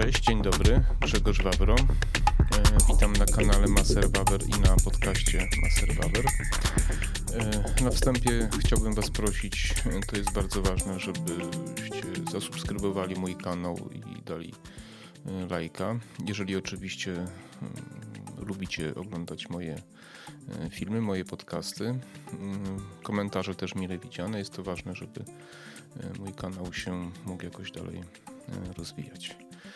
Cześć, dzień dobry, Grzegorz Wawro. Witam na kanale Maser Wawer i na podcaście Maser Wawer. Na wstępie chciałbym Was prosić, to jest bardzo ważne, żebyście zasubskrybowali mój kanał i dali lajka. Jeżeli oczywiście lubicie oglądać moje filmy, moje podcasty, komentarze też mile widziane. Jest to ważne, żeby mój kanał się mógł jakoś dalej rozwijać.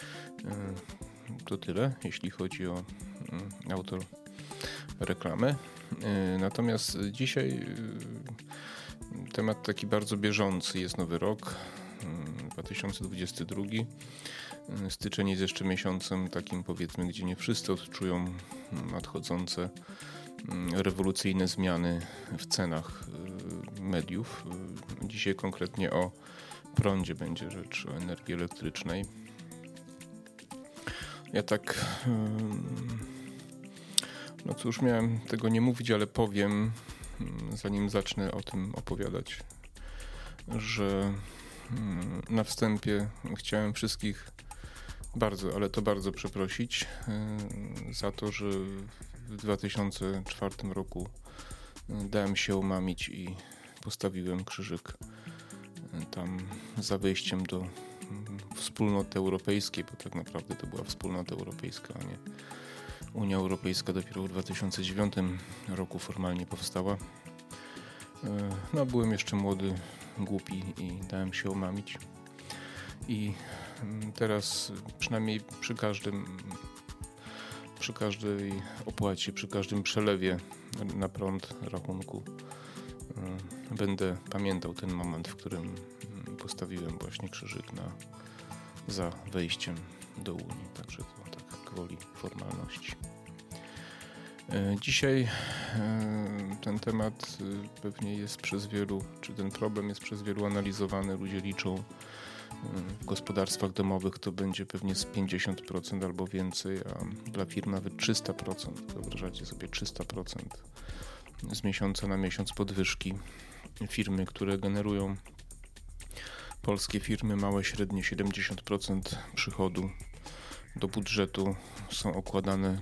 To tyle, jeśli chodzi o autoreklamę. Natomiast dzisiaj temat taki bardzo bieżący. Jest nowy rok, 2022. Styczeń jest jeszcze miesiącem takim, powiedzmy, gdzie nie wszyscy odczują nadchodzące rewolucyjne zmiany w cenach mediów. Dzisiaj konkretnie o prądzie będzie rzecz, o energii elektrycznej. Ja tak, no cóż, miałem tego nie mówić, ale powiem, zanim zacznę o tym opowiadać, że na wstępie chciałem wszystkich bardzo, ale to bardzo przeprosić za to, że w 2004 roku dałem się omamić i postawiłem krzyżyk tam za wejściem do Wspólnoty Europejskiej, bo tak naprawdę to była Wspólnota Europejska, a nie Unia Europejska dopiero w 2009 roku formalnie powstała. No, byłem jeszcze młody, głupi i dałem się omamić. I teraz przynajmniej przy każdej opłacie, przy każdym przelewie na prąd rachunku będę pamiętał ten moment, w którym postawiłem właśnie krzyżyk za wejściem do Unii. Także to tak gwoli formalności. Dzisiaj ten temat pewnie jest przez wielu, czy ten problem jest przez wielu analizowany. Ludzie liczą, w gospodarstwach domowych to będzie pewnie z 50% albo więcej, a dla firm nawet 300%. Wyobrażacie sobie 300% z miesiąca na miesiąc podwyżki. Firmy, które generują, polskie firmy, małe, średnie, 70% przychodu do budżetu są okładane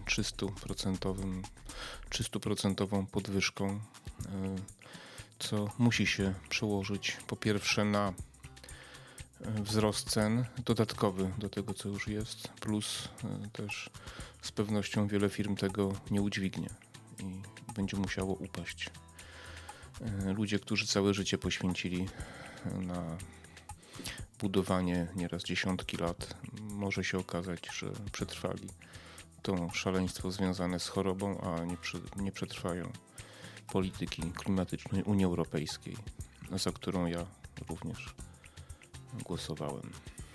300% podwyżką, co musi się przełożyć po pierwsze na wzrost cen dodatkowy do tego, co już jest, plus też z pewnością wiele firm tego nie udźwignie i będzie musiało upaść. Ludzie, którzy całe życie poświęcili na budowanie nieraz dziesiątki lat, może się okazać, że przetrwali to szaleństwo związane z chorobą, a nie przetrwają polityki klimatycznej Unii Europejskiej, za którą ja również głosowałem.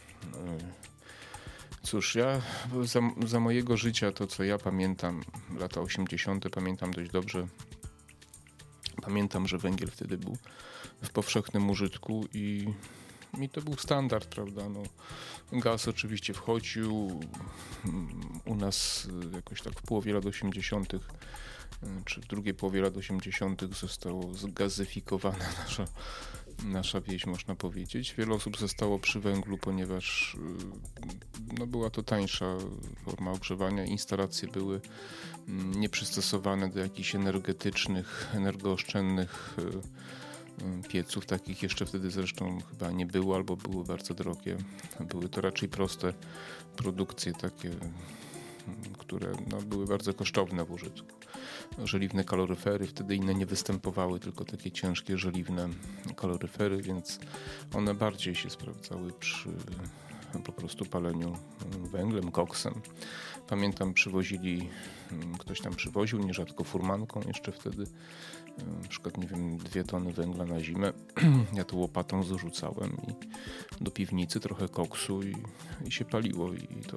Cóż, ja za mojego życia, to co ja pamiętam, lata 80. pamiętam dość dobrze. Pamiętam, że węgiel wtedy był w powszechnym użytku i to był standard, prawda? No, gaz oczywiście wchodził. U nas jakoś tak w połowie lat 80. czy w drugiej połowie lat 80. zostało zgazyfikowana nasza wieś, można powiedzieć. Wiele osób zostało przy węglu, ponieważ była to tańsza forma ogrzewania. Instalacje były nieprzystosowane do jakichś energooszczędnych pieców. Takich jeszcze wtedy zresztą chyba nie było, albo były bardzo drogie. Były to raczej proste produkcje, takie, które były bardzo kosztowne w użytku. Żeliwne kaloryfery, wtedy inne nie występowały, tylko takie ciężkie, żeliwne kaloryfery, więc one bardziej się sprawdzały przy po prostu paleniu węglem, koksem. Pamiętam, ktoś tam przywoził, nierzadko furmanką jeszcze wtedy, na przykład, 2 tony węgla na zimę. Ja to łopatą zarzucałem i do piwnicy trochę koksu i się paliło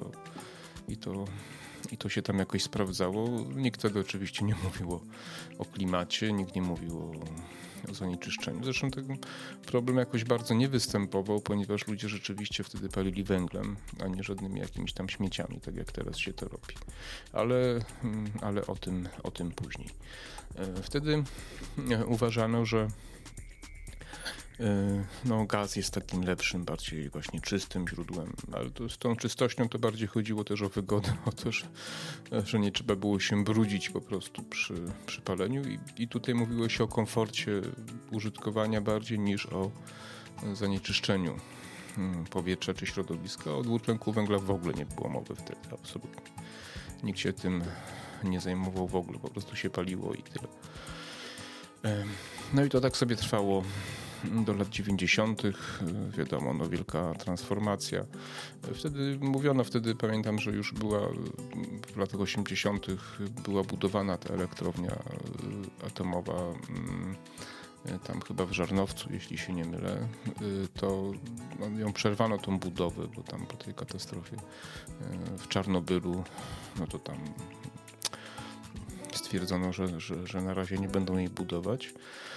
i to się tam jakoś sprawdzało. Nikt wtedy oczywiście nie mówił o klimacie, nikt nie mówił o zanieczyszczeniu. Zresztą ten problem jakoś bardzo nie występował, ponieważ ludzie rzeczywiście wtedy palili węglem, a nie żadnymi jakimiś tam śmieciami, tak jak teraz się to robi. Ale o tym później. Wtedy uważano, że No, gaz jest takim lepszym, bardziej właśnie czystym źródłem, ale to z tą czystością to bardziej chodziło też o wygodę, o to, że nie trzeba było się brudzić po prostu przy paleniu i tutaj mówiło się o komforcie użytkowania bardziej niż o zanieczyszczeniu powietrza czy środowiska. O dwutlenku węgla w ogóle nie było mowy wtedy, absolutnie. Nikt się tym nie zajmował w ogóle, po prostu się paliło i tyle. No i to tak sobie trwało do lat 90. Wiadomo, no wielka transformacja. Wtedy pamiętam, że już była w latach 80. była budowana ta elektrownia atomowa tam chyba w Żarnowcu, jeśli się nie mylę, to ją przerwano tą budowę, bo tam po tej katastrofie w Czarnobylu, no to tam stwierdzono, że na razie nie będą jej budować.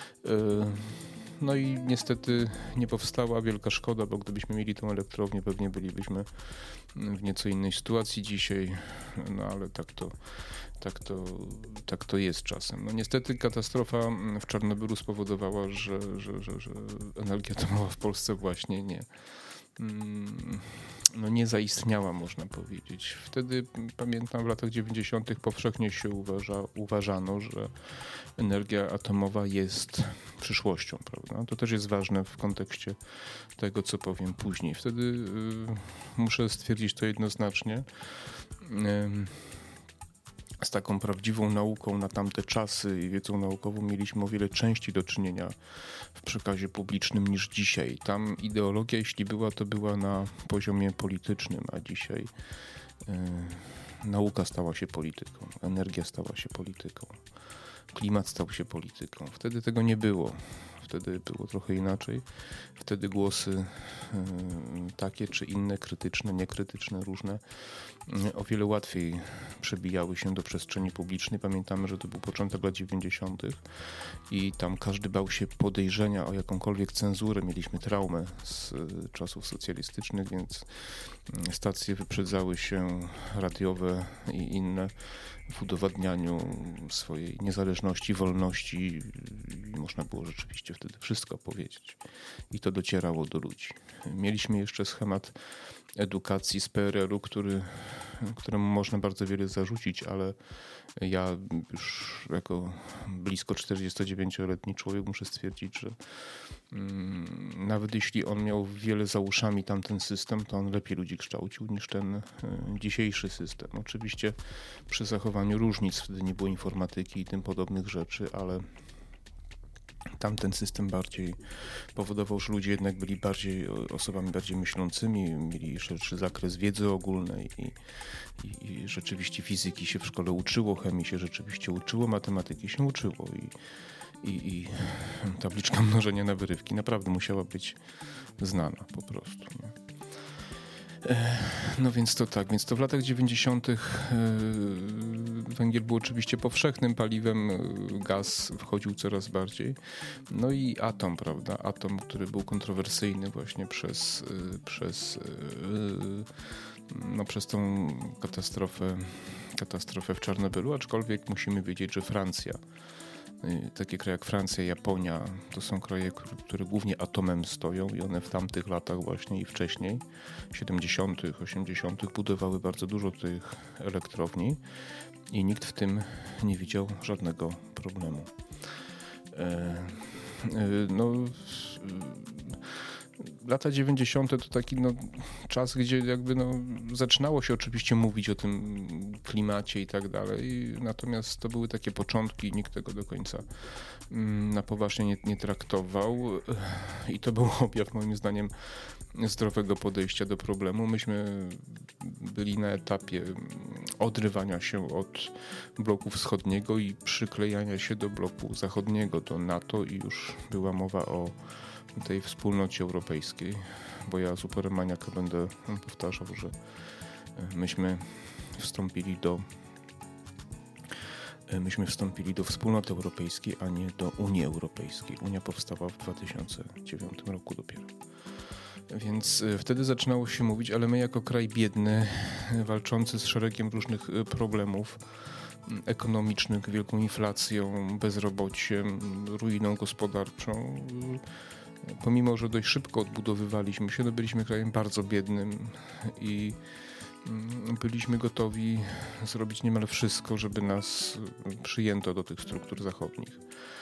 No i niestety nie powstała, wielka szkoda, bo gdybyśmy mieli tą elektrownię, pewnie bylibyśmy w nieco innej sytuacji dzisiaj, no ale tak to jest czasem. No niestety katastrofa w Czarnobylu spowodowała, że energia atomowa w Polsce właśnie nie zaistniała, można powiedzieć. Wtedy, pamiętam, w latach 90. powszechnie się uważano, że energia atomowa jest przyszłością, prawda? To też jest ważne w kontekście tego, co powiem później. Wtedy muszę stwierdzić to jednoznacznie. Z taką prawdziwą nauką na tamte czasy i wiedzą naukową mieliśmy o wiele częściej do czynienia w przekazie publicznym niż dzisiaj. Tam ideologia, jeśli była, to była na poziomie politycznym, a dzisiaj nauka stała się polityką, energia stała się polityką, klimat stał się polityką. Wtedy tego nie było. Wtedy było trochę inaczej. Wtedy głosy takie czy inne, krytyczne, niekrytyczne, różne, o wiele łatwiej przebijały się do przestrzeni publicznej. Pamiętamy, że to był początek lat 90. i tam każdy bał się podejrzenia o jakąkolwiek cenzurę. Mieliśmy traumę z czasów socjalistycznych, więc stacje wyprzedzały się radiowe i inne w udowadnianiu swojej niezależności, wolności. Można było rzeczywiście wtedy wszystko powiedzieć. I to docierało do ludzi. Mieliśmy jeszcze schemat edukacji z PRL-u, któremu można bardzo wiele zarzucić, ale ja już jako blisko 49-letni człowiek muszę stwierdzić, że nawet jeśli on miał wiele za uszami tamten system, to on lepiej ludzi kształcił niż ten dzisiejszy system. Oczywiście przy zachowaniu różnic, wtedy nie było informatyki i tym podobnych rzeczy, ale tamten system bardziej powodował, że ludzie jednak byli osobami bardziej myślącymi, mieli szerszy zakres wiedzy ogólnej i rzeczywiście fizyki się w szkole uczyło, chemii się rzeczywiście uczyło, matematyki się uczyło i tabliczka mnożenia na wyrywki naprawdę musiała być znana po prostu. Nie? No więc to tak, więc to w latach 90. węgiel był oczywiście powszechnym paliwem, gaz wchodził coraz bardziej. No i atom, prawda? Atom, który był kontrowersyjny właśnie przez tą katastrofę w Czarnobylu, aczkolwiek musimy wiedzieć, że Francja, takie kraje jak Francja, Japonia, to są kraje, które głównie atomem stoją i one w tamtych latach właśnie i wcześniej, 70., 80. budowały bardzo dużo tych elektrowni i nikt w tym nie widział żadnego problemu. Lata 90. to taki czas, gdzie jakby zaczynało się oczywiście mówić o tym klimacie i tak dalej, natomiast to były takie początki, nikt tego do końca na poważnie nie traktował i to był objaw moim zdaniem zdrowego podejścia do problemu. Myśmy byli na etapie odrywania się od bloku wschodniego i przyklejania się do bloku zachodniego, do NATO i już była mowa o tej wspólnocie europejskiej, bo ja z uporem maniaka będę powtarzał, że myśmy wstąpili do wspólnoty europejskiej, a nie do Unii Europejskiej. Unia powstała w 2009 roku dopiero. Więc wtedy zaczynało się mówić, ale my jako kraj biedny, walczący z szeregiem różnych problemów ekonomicznych, wielką inflacją, bezrobociem, ruiną gospodarczą, pomimo że dość szybko odbudowywaliśmy się, no byliśmy krajem bardzo biednym i byliśmy gotowi zrobić niemal wszystko, żeby nas przyjęto do tych struktur zachodnich.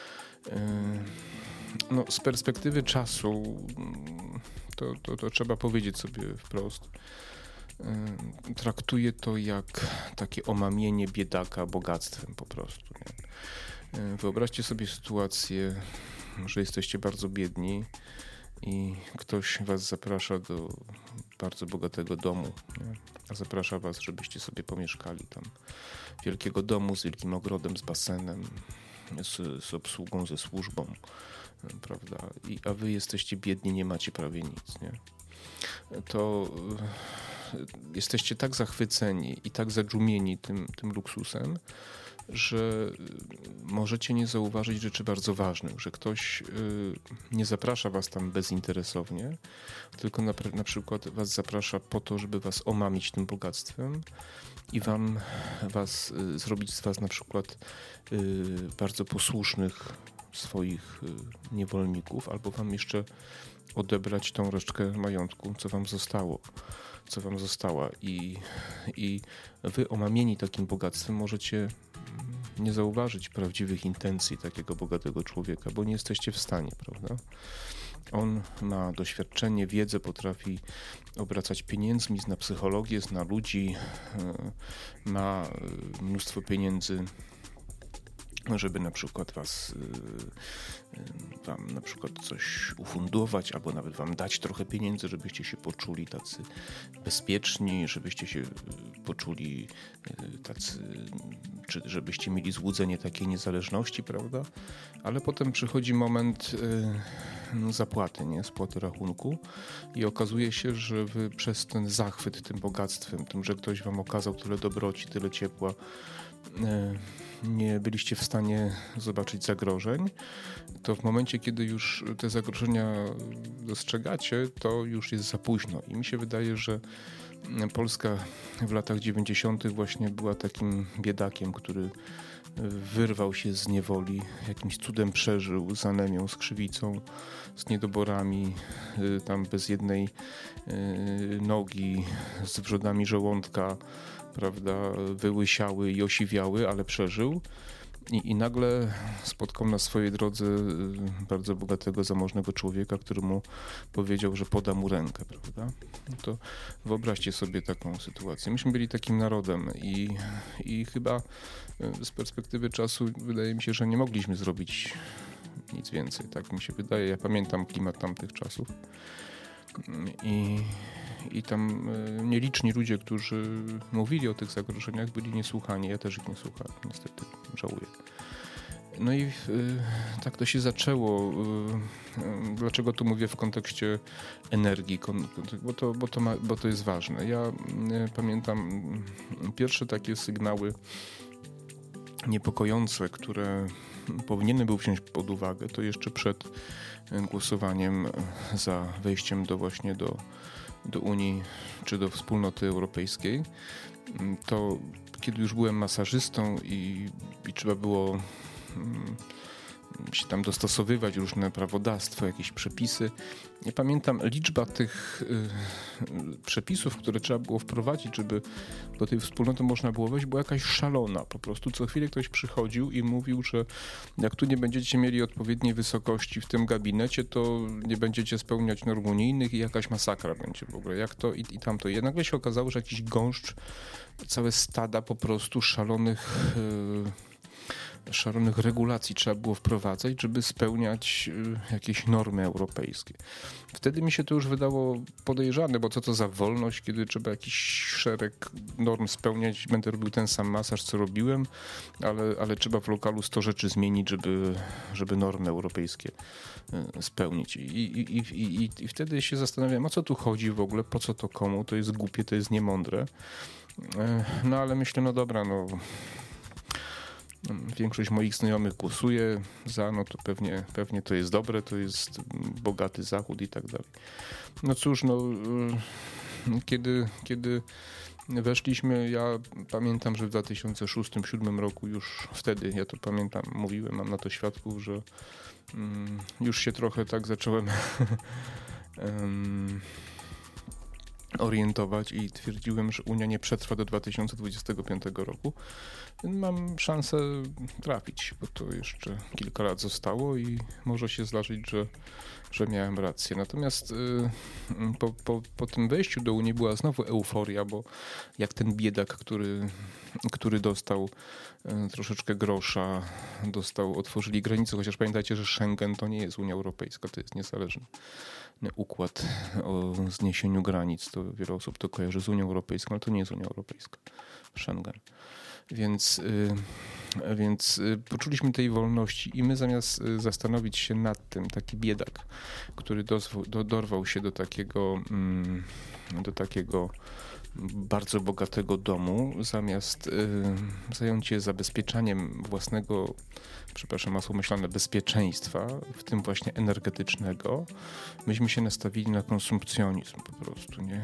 No, z perspektywy czasu to trzeba powiedzieć sobie wprost. Traktuję to jak takie omamienie biedaka bogactwem po prostu. Nie? Wyobraźcie sobie sytuację, że jesteście bardzo biedni i ktoś was zaprasza do bardzo bogatego domu, nie? A zaprasza was, żebyście sobie pomieszkali tam. Wielkiego domu z wielkim ogrodem, z basenem, z obsługą, ze służbą, prawda? A wy jesteście biedni, nie macie prawie nic, nie? To jesteście tak zachwyceni i tak zadżumieni tym luksusem, że możecie nie zauważyć rzeczy bardzo ważnych, że ktoś nie zaprasza was tam bezinteresownie, tylko na przykład was zaprasza po to, żeby was omamić tym bogactwem i zrobić z was na przykład bardzo posłusznych swoich niewolników, albo wam jeszcze odebrać tą resztkę majątku, co wam została. I wy omamieni takim bogactwem możecie nie zauważyć prawdziwych intencji takiego bogatego człowieka, bo nie jesteście w stanie, prawda? On ma doświadczenie, wiedzę, potrafi obracać pieniędzmi, zna psychologię, zna ludzi, ma mnóstwo pieniędzy, żeby na przykład wam na przykład coś ufundować, albo nawet wam dać trochę pieniędzy, żebyście się poczuli tacy bezpieczni, żebyście się poczuli tacy, czy żebyście mieli złudzenie takiej niezależności, prawda? Ale potem przychodzi moment zapłaty, nie? Spłaty rachunku i okazuje się, że wy przez ten zachwyt tym bogactwem, tym, że ktoś wam okazał tyle dobroci, tyle ciepła, nie byliście w stanie zobaczyć zagrożeń, to w momencie, kiedy już te zagrożenia dostrzegacie, to już jest za późno. I mi się wydaje, że Polska w latach 90. właśnie była takim biedakiem, który wyrwał się z niewoli, jakimś cudem przeżył z anemią, z krzywicą, z niedoborami, tam bez jednej nogi, z wrzodami żołądka, prawda, wyłysiały i osiwiały, ale przeżył. I nagle spotkał na swojej drodze bardzo bogatego, zamożnego człowieka, który mu powiedział, że poda mu rękę, prawda? No to wyobraźcie sobie taką sytuację. Myśmy byli takim narodem i chyba z perspektywy czasu wydaje mi się, że nie mogliśmy zrobić nic więcej. Tak mi się wydaje. Ja pamiętam klimat tamtych czasów. I tam nieliczni ludzie, którzy mówili o tych zagrożeniach, byli niesłuchani. Ja też ich nie słuchałem, niestety, żałuję. No i tak to się zaczęło. Dlaczego tu mówię w kontekście energii? Bo to jest ważne. Ja pamiętam pierwsze takie sygnały niepokojące, które powinienem był wziąć pod uwagę, to jeszcze przed głosowaniem za wejściem do Unii czy do Wspólnoty Europejskiej. To kiedy już byłem masażystą i trzeba było się tam dostosowywać, różne prawodawstwo, jakieś przepisy. Nie pamiętam, liczba tych przepisów, które trzeba było wprowadzić, żeby do tej wspólnoty można było wejść, była jakaś szalona. Po prostu co chwilę ktoś przychodził i mówił, że jak tu nie będziecie mieli odpowiedniej wysokości w tym gabinecie, to nie będziecie spełniać norm unijnych i jakaś masakra będzie w ogóle. Jak to i tamto. I nagle się okazało, że jakiś gąszcz, całe stada po prostu szalonych regulacji trzeba było wprowadzać, żeby spełniać jakieś normy europejskie. Wtedy mi się to już wydało podejrzane, bo co to za wolność, kiedy trzeba jakiś szereg norm spełniać. Będę robił ten sam masaż, co robiłem, ale trzeba w lokalu 100 rzeczy zmienić, żeby normy europejskie spełnić. I wtedy się zastanawiałem, o co tu chodzi w ogóle, po co to komu, to jest głupie, to jest niemądre. No ale myślę, no dobra, no większość moich znajomych głosuje za, no to pewnie to jest dobre, to jest bogaty Zachód i tak dalej. No cóż, no kiedy weszliśmy, ja pamiętam, że w 2006-2007 roku już wtedy, ja to pamiętam, mówiłem, mam na to świadków, że już się trochę tak zacząłem orientować i twierdziłem, że Unia nie przetrwa do 2025 roku. Mam szansę trafić, bo to jeszcze kilka lat zostało i może się zdarzyć, że miałem rację. Natomiast po tym wejściu do Unii była znowu euforia, bo jak ten biedak, który dostał troszeczkę grosza, otworzyli granice, chociaż pamiętajcie, że Schengen to nie jest Unia Europejska, to jest niezależny układ o zniesieniu granic. To wiele osób to kojarzy z Unią Europejską, ale to nie jest Unia Europejska. Schengen. Więc poczuliśmy tej wolności i my zamiast zastanowić się nad tym, taki biedak, który dorwał się do takiego bardzo bogatego domu, zamiast zająć się zabezpieczaniem własnego, przepraszam, masło myślane, bezpieczeństwa, w tym właśnie energetycznego, myśmy się nastawili na konsumpcjonizm po prostu, nie?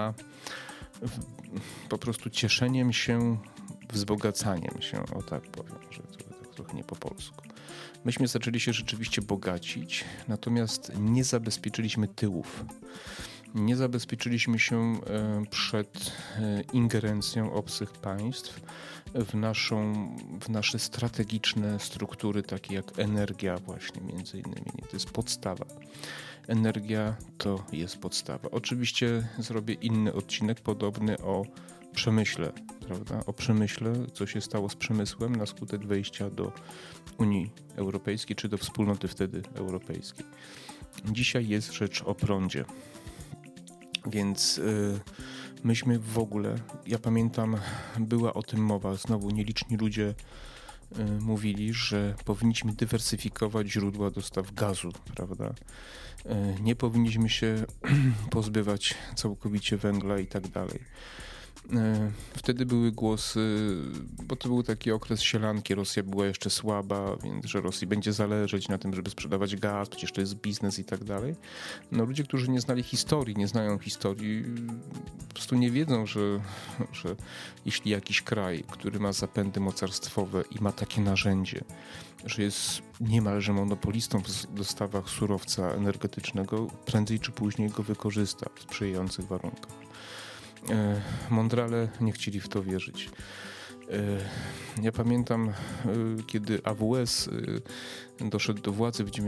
Po prostu cieszeniem się, wzbogacaniem się, o tak powiem, że to tak trochę nie po polsku. Myśmy zaczęli się rzeczywiście bogacić, natomiast nie zabezpieczyliśmy tyłów. Nie zabezpieczyliśmy się przed ingerencją obcych państw w nasze strategiczne struktury, takie jak energia właśnie między innymi. To jest podstawa. Energia to jest podstawa. Oczywiście zrobię inny odcinek podobny o przemyśle, prawda? O przemyśle, co się stało z przemysłem na skutek wejścia do Unii Europejskiej, czy do wspólnoty wtedy europejskiej. Dzisiaj jest rzecz o prądzie. Więc myśmy w ogóle, ja pamiętam, była o tym mowa, znowu nieliczni ludzie mówili, że powinniśmy dywersyfikować źródła dostaw gazu, prawda? Nie powinniśmy się pozbywać całkowicie węgla i tak dalej. Wtedy były głosy, bo to był taki okres sielanki, Rosja była jeszcze słaba, więc że Rosji będzie zależeć na tym, żeby sprzedawać gaz, przecież to jest biznes i tak dalej. No ludzie, którzy nie znali historii, nie znają historii, po prostu nie wiedzą, że jeśli jakiś kraj, który ma zapędy mocarstwowe i ma takie narzędzie, że jest niemalże monopolistą w dostawach surowca energetycznego, prędzej czy później go wykorzysta w sprzyjających warunkach. Mądrale nie chcieli w to wierzyć. Ja pamiętam, kiedy AWS doszedł do władzy w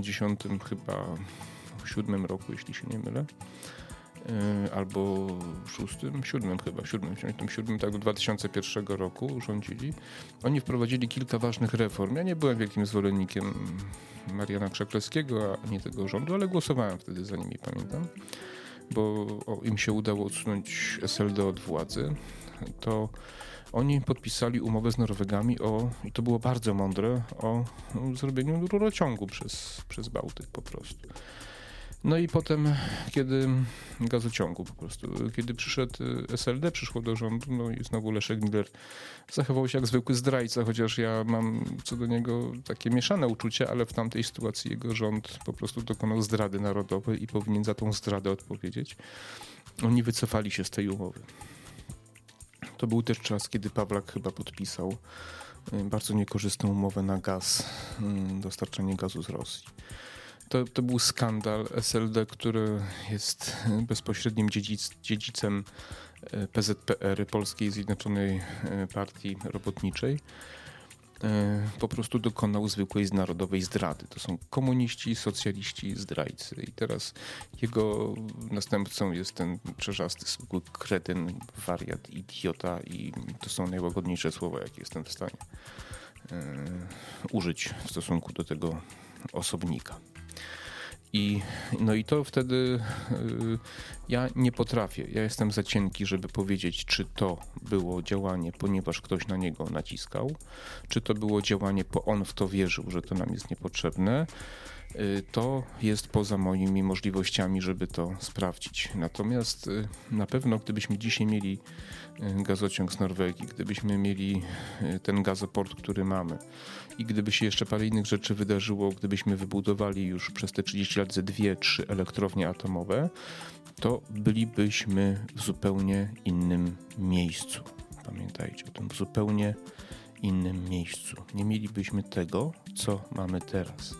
97 roku, jeśli się nie mylę, albo 7, tak do 2001 roku rządzili. Oni wprowadzili kilka ważnych reform. Ja nie byłem wielkim zwolennikiem Mariana Krzaklewskiego, ani tego rządu, ale głosowałem wtedy za nimi, pamiętam. Bo im się udało odsunąć SLD od władzy, to oni podpisali umowę z Norwegami i to było bardzo mądre, o zrobieniu rurociągu przez Bałtyk po prostu. No i potem, kiedy przyszedł SLD, przyszło do rządu, no i znowu Leszek Miller zachował się jak zwykły zdrajca, chociaż ja mam co do niego takie mieszane uczucia, ale w tamtej sytuacji jego rząd po prostu dokonał zdrady narodowej i powinien za tą zdradę odpowiedzieć. Oni wycofali się z tej umowy. To był też czas, kiedy Pawlak chyba podpisał bardzo niekorzystną umowę na gaz, dostarczanie gazu z Rosji. To był skandal. SLD, który jest bezpośrednim dziedzicem PZPR, Polskiej Zjednoczonej Partii Robotniczej, po prostu dokonał zwykłej narodowej zdrady. To są komuniści, socjaliści, zdrajcy. I teraz jego następcą jest ten czerzasty, zwykły kretyn, wariat, idiota i to są najłagodniejsze słowa, jakie jestem w stanie użyć w stosunku do tego osobnika. I to wtedy ja nie potrafię. Ja jestem za cienki, żeby powiedzieć, czy to było działanie, ponieważ ktoś na niego naciskał, czy to było działanie, bo on w to wierzył, że to nam jest niepotrzebne. To jest poza moimi możliwościami, żeby to sprawdzić. Natomiast na pewno, gdybyśmy dzisiaj mieli gazociąg z Norwegii, gdybyśmy mieli ten gazoport, który mamy i gdyby się jeszcze parę innych rzeczy wydarzyło, gdybyśmy wybudowali już przez te 30 lat ze 2-3 elektrownie atomowe, to bylibyśmy w zupełnie innym miejscu. Pamiętajcie o tym, w zupełnie innym miejscu. Nie mielibyśmy tego, co mamy teraz.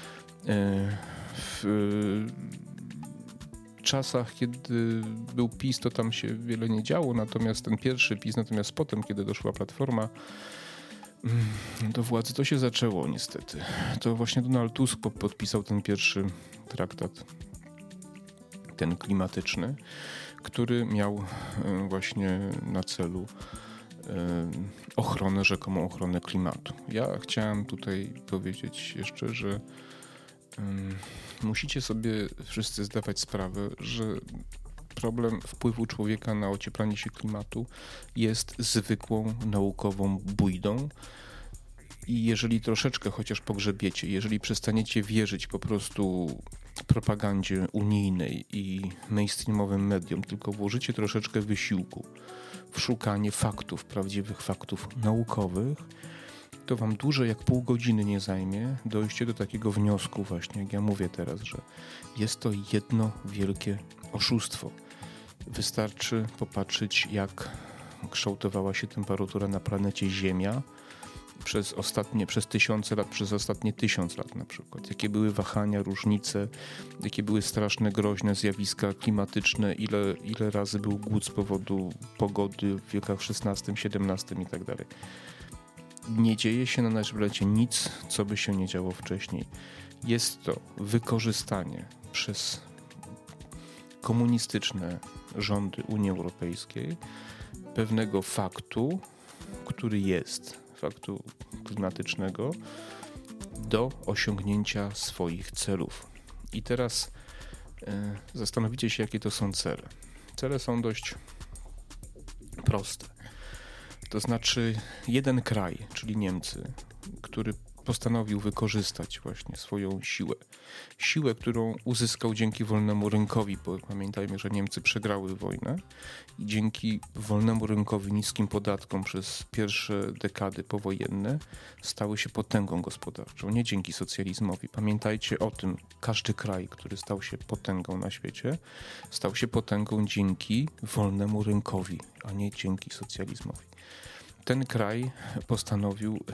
W czasach, kiedy był PiS, to tam się wiele nie działo, natomiast ten pierwszy PiS, natomiast potem, kiedy doszła Platforma do władzy, to się zaczęło niestety. To właśnie Donald Tusk podpisał ten pierwszy traktat, ten klimatyczny, który miał właśnie na celu rzekomą ochronę klimatu. Ja chciałem tutaj powiedzieć jeszcze, że musicie sobie wszyscy zdawać sprawę, że problem wpływu człowieka na ocieplanie się klimatu jest zwykłą naukową bójdą i jeżeli troszeczkę chociaż pogrzebiecie, jeżeli przestaniecie wierzyć po prostu propagandzie unijnej i mainstreamowym mediom, tylko włożycie troszeczkę wysiłku w szukanie faktów, prawdziwych faktów naukowych, to wam dłużej jak pół godziny nie zajmie dojście do takiego wniosku właśnie, jak ja mówię teraz, że jest to jedno wielkie oszustwo. Wystarczy popatrzeć, jak kształtowała się temperatura na planecie Ziemia przez tysiące lat, przez ostatnie 1000 lat na przykład. Jakie były wahania, różnice, jakie były straszne, groźne zjawiska klimatyczne, ile razy był głód z powodu pogody w wiekach XVI, XVII i tak dalej. Nie dzieje się na naszym planecie nic, co by się nie działo wcześniej. Jest to wykorzystanie przez komunistyczne rządy Unii Europejskiej pewnego faktu, który jest, faktu klimatycznego, do osiągnięcia swoich celów. I teraz zastanowicie się, jakie to są cele. Cele są dość proste. To znaczy jeden kraj, czyli Niemcy, który postanowił wykorzystać właśnie swoją siłę, którą uzyskał dzięki wolnemu rynkowi, bo pamiętajmy, że Niemcy przegrały wojnę i dzięki wolnemu rynkowi, niskim podatkom przez pierwsze dekady powojenne stały się potęgą gospodarczą, nie dzięki socjalizmowi. Pamiętajcie o tym, każdy kraj, który stał się potęgą na świecie, stał się potęgą dzięki wolnemu rynkowi, a nie dzięki socjalizmowi. Ten kraj postanowił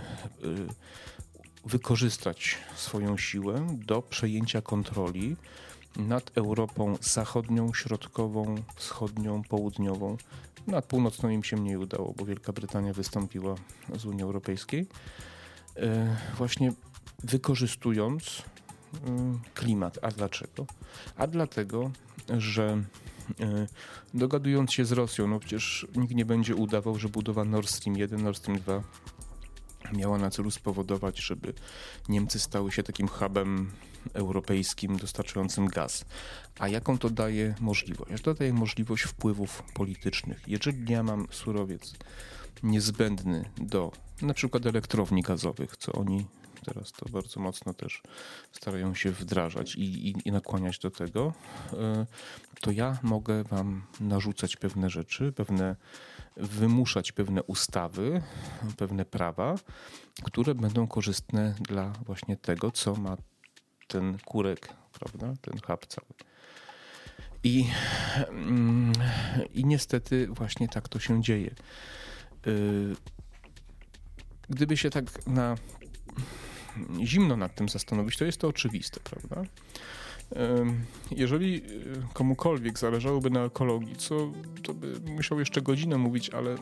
wykorzystać swoją siłę do przejęcia kontroli nad Europą zachodnią, środkową, wschodnią, południową. Nad północną im się mniej udało, bo Wielka Brytania wystąpiła z Unii Europejskiej. Właśnie wykorzystując klimat. A dlaczego? A dlatego, że dogadując się z Rosją, no przecież nikt nie będzie udawał, że budowa Nord Stream 1, Nord Stream 2 miała na celu spowodować, żeby Niemcy stały się takim hubem europejskim dostarczającym gaz. A jaką to daje możliwość? To daje możliwość wpływów politycznych. Jeżeli ja mam surowiec niezbędny do na przykład elektrowni gazowych, co oni teraz to bardzo mocno też starają się wdrażać i nakłaniać do tego, to ja mogę wam narzucać pewne rzeczy, wymuszać pewne ustawy, pewne prawa, które będą korzystne dla właśnie tego, co ma ten kurek, prawda, ten hub cały. I niestety właśnie tak to się dzieje. Gdyby się tak na zimno nad tym zastanowić, to jest to oczywiste, prawda? Jeżeli komukolwiek zależałoby na ekologii, to by musiał jeszcze godzinę mówić, ale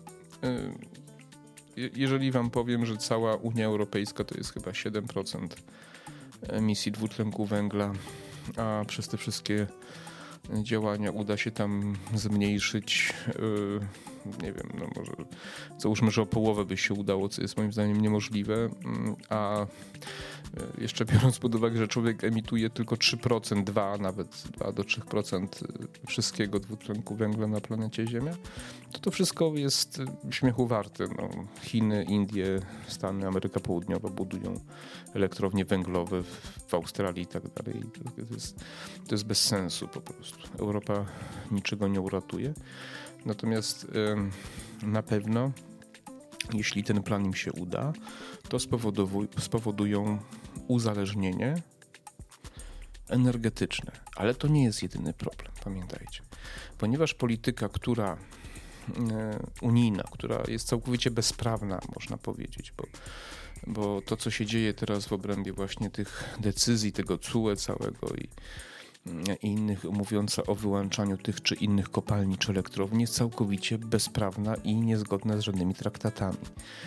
jeżeli wam powiem, że cała Unia Europejska to jest chyba 7% emisji dwutlenku węgla, a przez te wszystkie działania uda się tam zmniejszyć, nie wiem, no może załóżmy, że o połowę by się udało, co jest moim zdaniem niemożliwe, a jeszcze biorąc pod uwagę, że człowiek emituje tylko 3%, nawet 2 do 3% wszystkiego dwutlenku węgla na planecie Ziemia, to wszystko jest śmiechu warte. No, Chiny, Indie, Stany, Ameryka Południowa budują elektrownie węglowe w Australii i tak dalej. To jest bez sensu po prostu. Europa niczego nie uratuje. Natomiast na pewno, jeśli ten plan im się uda, to spowodują uzależnienie energetyczne. Ale to nie jest jedyny problem. pamiętajcie. Ponieważ polityka, unijna, która jest całkowicie bezprawna, można powiedzieć, bo to, co się dzieje teraz w obrębie właśnie tych decyzji, tego TSUE całego i innych, mówiąca o wyłączaniu tych czy innych kopalni czy elektrowni, jest całkowicie bezprawna i niezgodna z żadnymi traktatami.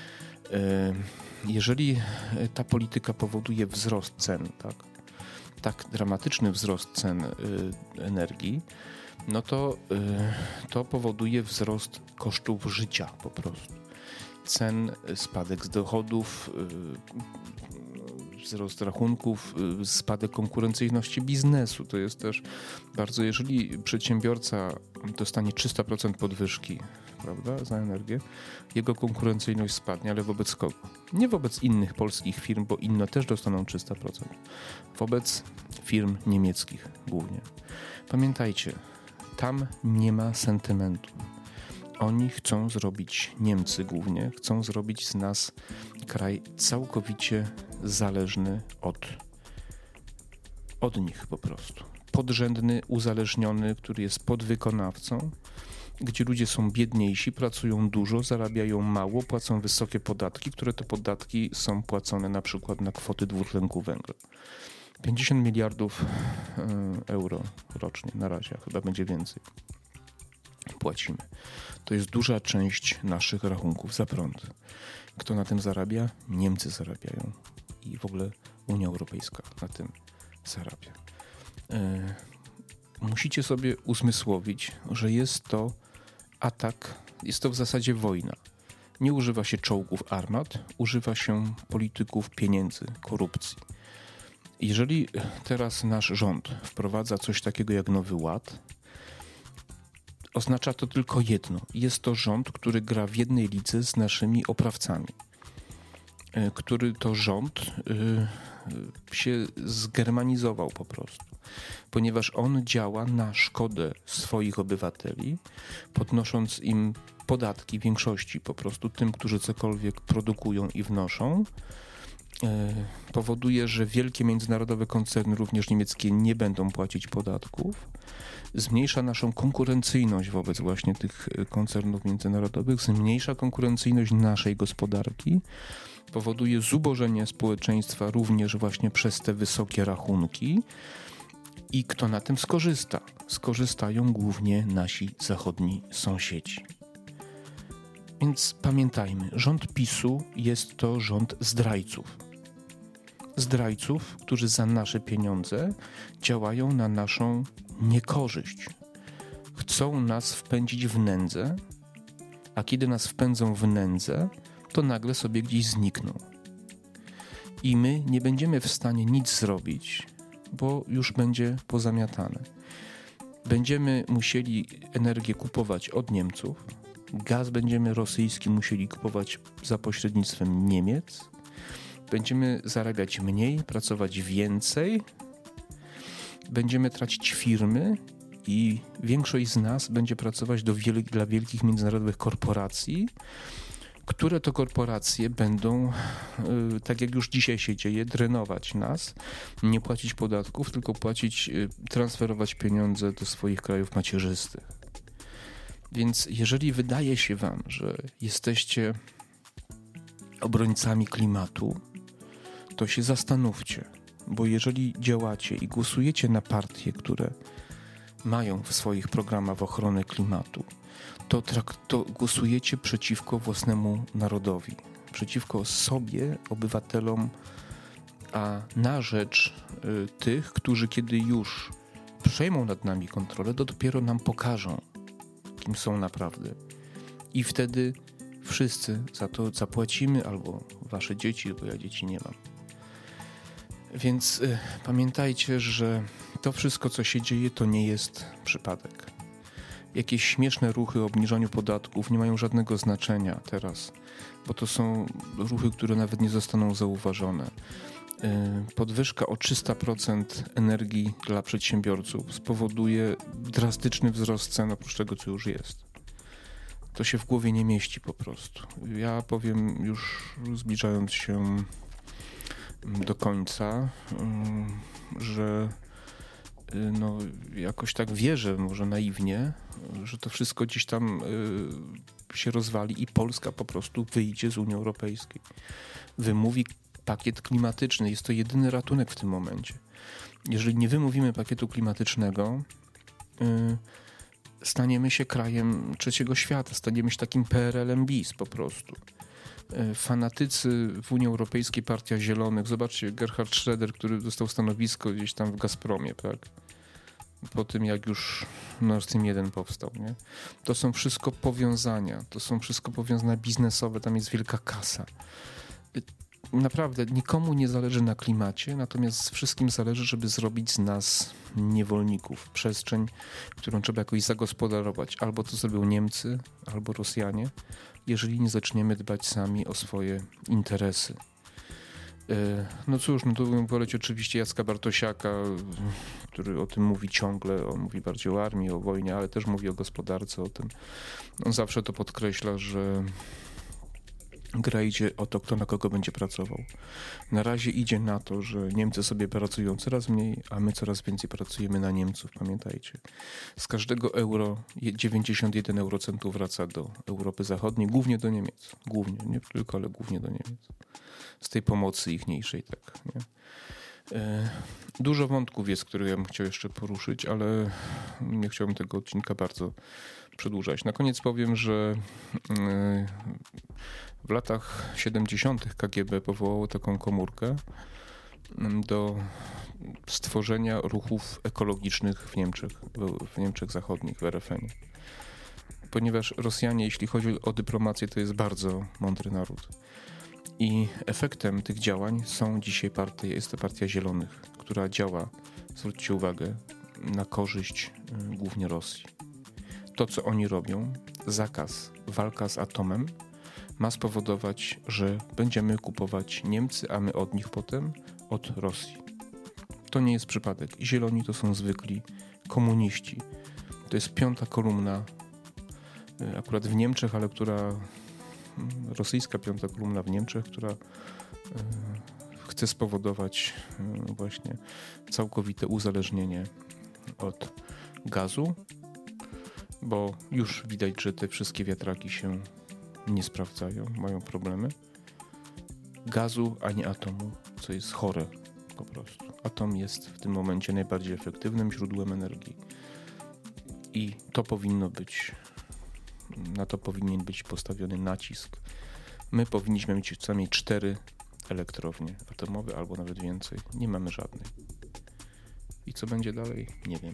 Jeżeli ta polityka powoduje wzrost cen, tak dramatyczny wzrost cen energii, no to powoduje wzrost kosztów życia po prostu. Cen, spadek z dochodów, wzrost rachunków, spadek konkurencyjności biznesu. To jest też bardzo, jeżeli przedsiębiorca dostanie 300% podwyżki, prawda, za energię, jego konkurencyjność spadnie, ale wobec kogo? Nie wobec innych polskich firm, bo inne też dostaną 300%. Wobec firm niemieckich głównie. Pamiętajcie, tam nie ma sentymentu. Oni chcą zrobić, Niemcy głównie, chcą zrobić z nas kraj całkowicie zależny od nich po prostu. Podrzędny, uzależniony, który jest podwykonawcą, gdzie ludzie są biedniejsi, pracują dużo, zarabiają mało, płacą wysokie podatki, które to podatki są płacone na przykład na kwoty dwutlenku węgla. 50 miliardów euro rocznie na razie, chyba będzie więcej. Płacimy. To jest duża część naszych rachunków za prąd. Kto na tym zarabia? Niemcy zarabiają i w ogóle Unia Europejska na tym zarabia. Musicie sobie uzmysłowić, że jest to atak, jest to w zasadzie wojna. Nie używa się czołgów, armat, używa się polityków, pieniędzy, korupcji. Jeżeli teraz nasz rząd wprowadza coś takiego jak Nowy Ład, oznacza to tylko jedno. Jest to rząd, który gra w jednej lidze z naszymi oprawcami. Który to rząd się zgermanizował po prostu. Ponieważ on działa na szkodę swoich obywateli, podnosząc im podatki w większości po prostu tym, którzy cokolwiek produkują i wnoszą. Powoduje, że wielkie międzynarodowe koncerny, również niemieckie, nie będą płacić podatków. Zmniejsza naszą konkurencyjność wobec właśnie tych koncernów międzynarodowych, zmniejsza konkurencyjność naszej gospodarki, powoduje zubożenie społeczeństwa również właśnie przez te wysokie rachunki. I kto na tym skorzysta? Skorzystają głównie nasi zachodni sąsiedzi. Więc pamiętajmy, rząd PiS-u jest to rząd zdrajców. Zdrajców, którzy za nasze pieniądze działają na naszą niekorzyść. Chcą nas wpędzić w nędzę, a kiedy nas wpędzą w nędzę, to nagle sobie gdzieś znikną. I my nie będziemy w stanie nic zrobić, bo już będzie pozamiatane. Będziemy musieli energię kupować od Niemców, gaz będziemy rosyjski musieli kupować za pośrednictwem Niemiec, będziemy zarabiać mniej, pracować więcej, będziemy tracić firmy i większość z nas będzie pracować dla wielkich międzynarodowych korporacji, które to korporacje będą, tak jak już dzisiaj się dzieje, drenować nas, nie płacić podatków, tylko transferować pieniądze do swoich krajów macierzystych. Więc jeżeli wydaje się wam, że jesteście obrońcami klimatu, to się zastanówcie, bo jeżeli działacie i głosujecie na partie, które mają w swoich programach ochronę klimatu, to głosujecie przeciwko własnemu narodowi, przeciwko sobie, obywatelom, a na rzecz tych, którzy kiedy już przejmą nad nami kontrolę, to dopiero nam pokażą, kim są naprawdę. I wtedy wszyscy za to zapłacimy, albo wasze dzieci, bo ja dzieci nie mam. Więc pamiętajcie, że to wszystko, co się dzieje, to nie jest przypadek. Jakieś śmieszne ruchy o obniżaniu podatków nie mają żadnego znaczenia teraz, bo to są ruchy, które nawet nie zostaną zauważone. Podwyżka o 300% energii dla przedsiębiorców spowoduje drastyczny wzrost cen oprócz tego, co już jest. To się w głowie nie mieści po prostu. Ja powiem już zbliżając się do końca, że no, jakoś tak wierzę, może naiwnie, że to wszystko gdzieś tam się rozwali i Polska po prostu wyjdzie z Unii Europejskiej. Wymówi pakiet klimatyczny. Jest to jedyny ratunek w tym momencie. Jeżeli nie wymówimy pakietu klimatycznego, staniemy się krajem trzeciego świata, staniemy się takim PRL-em bis po prostu. Fanatycy w Unii Europejskiej, Partia Zielonych, zobaczcie, Gerhard Schröder, który dostał stanowisko gdzieś tam w Gazpromie, tak? Po tym, jak już Nord Stream 1 powstał, nie? To są wszystko powiązania, biznesowe, tam jest wielka kasa. Naprawdę nikomu nie zależy na klimacie, natomiast wszystkim zależy, żeby zrobić z nas niewolników. Przestrzeń, którą trzeba jakoś zagospodarować. Albo to zrobią Niemcy, albo Rosjanie, jeżeli nie zaczniemy dbać sami o swoje interesy. No cóż, no to bym polecił oczywiście Jacka Bartosiaka, który o tym mówi ciągle. On mówi bardziej o armii, o wojnie, ale też mówi o gospodarce, o tym. On zawsze to podkreśla, że gra idzie o to, kto na kogo będzie pracował. Na razie idzie na to, że Niemcy sobie pracują coraz mniej, a my coraz więcej pracujemy na Niemców, pamiętajcie. Z każdego euro 91 eurocentów wraca do Europy Zachodniej, głównie do Niemiec. Głównie, nie tylko, ale głównie do Niemiec. Z tej pomocy ichniejszej, tak. Nie? Dużo wątków jest, które ja bym chciał jeszcze poruszyć, ale nie chciałbym tego odcinka bardzo przedłużać. Na koniec powiem, że w latach 70. KGB powołało taką komórkę do stworzenia ruchów ekologicznych w Niemczech Zachodnich, w RFN. Ponieważ Rosjanie, jeśli chodzi o dyplomację, to jest bardzo mądry naród. I efektem tych działań jest to Partia Zielonych, która działa, zwróćcie uwagę, na korzyść głównie Rosji. To, co oni robią, zakaz, walka z atomem, ma spowodować, że będziemy kupować Niemcy, a my od nich potem od Rosji. To nie jest przypadek. Zieloni to są zwykli komuniści. To jest piąta kolumna, akurat w Niemczech, ale rosyjska piąta kolumna w Niemczech, która chce spowodować właśnie całkowite uzależnienie od gazu, bo już widać, że te wszystkie wiatraki się nie sprawdzają, mają problemy. Gazu, a nie atomu, co jest chore po prostu. Atom jest w tym momencie najbardziej efektywnym źródłem energii i to powinno być, na to powinien być postawiony nacisk. My powinniśmy mieć co najmniej 4 elektrownie atomowe albo nawet więcej. Nie mamy żadnej. I co będzie dalej? Nie wiem.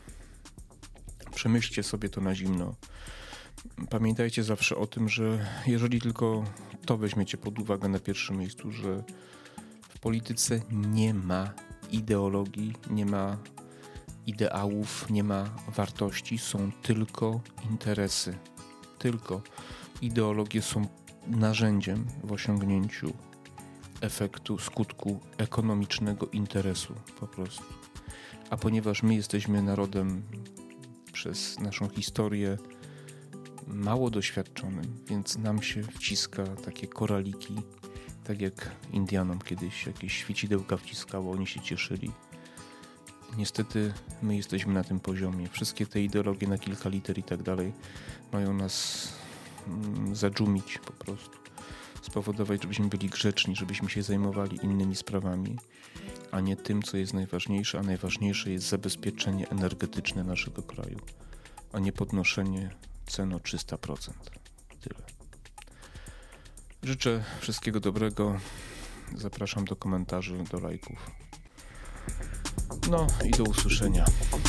Przemyślcie sobie to na zimno. Pamiętajcie zawsze o tym, że jeżeli tylko to weźmiecie pod uwagę na pierwszym miejscu, że w polityce nie ma ideologii, nie ma ideałów, nie ma wartości, są tylko interesy. Tylko ideologie są narzędziem w osiągnięciu efektu, skutku ekonomicznego interesu po prostu. A ponieważ my jesteśmy narodem przez naszą historię mało doświadczonym, więc nam się wciska takie koraliki, tak jak Indianom kiedyś jakieś świecidełka wciskało, oni się cieszyli. Niestety my jesteśmy na tym poziomie. Wszystkie te ideologie na kilka liter i tak dalej mają nas zadżumić po prostu. Spowodować, żebyśmy byli grzeczni, żebyśmy się zajmowali innymi sprawami, a nie tym, co jest najważniejsze, a najważniejsze jest zabezpieczenie energetyczne naszego kraju, a nie podnoszenie cen o 300%. Tyle. Życzę wszystkiego dobrego. Zapraszam do komentarzy, do lajków. No i do usłyszenia.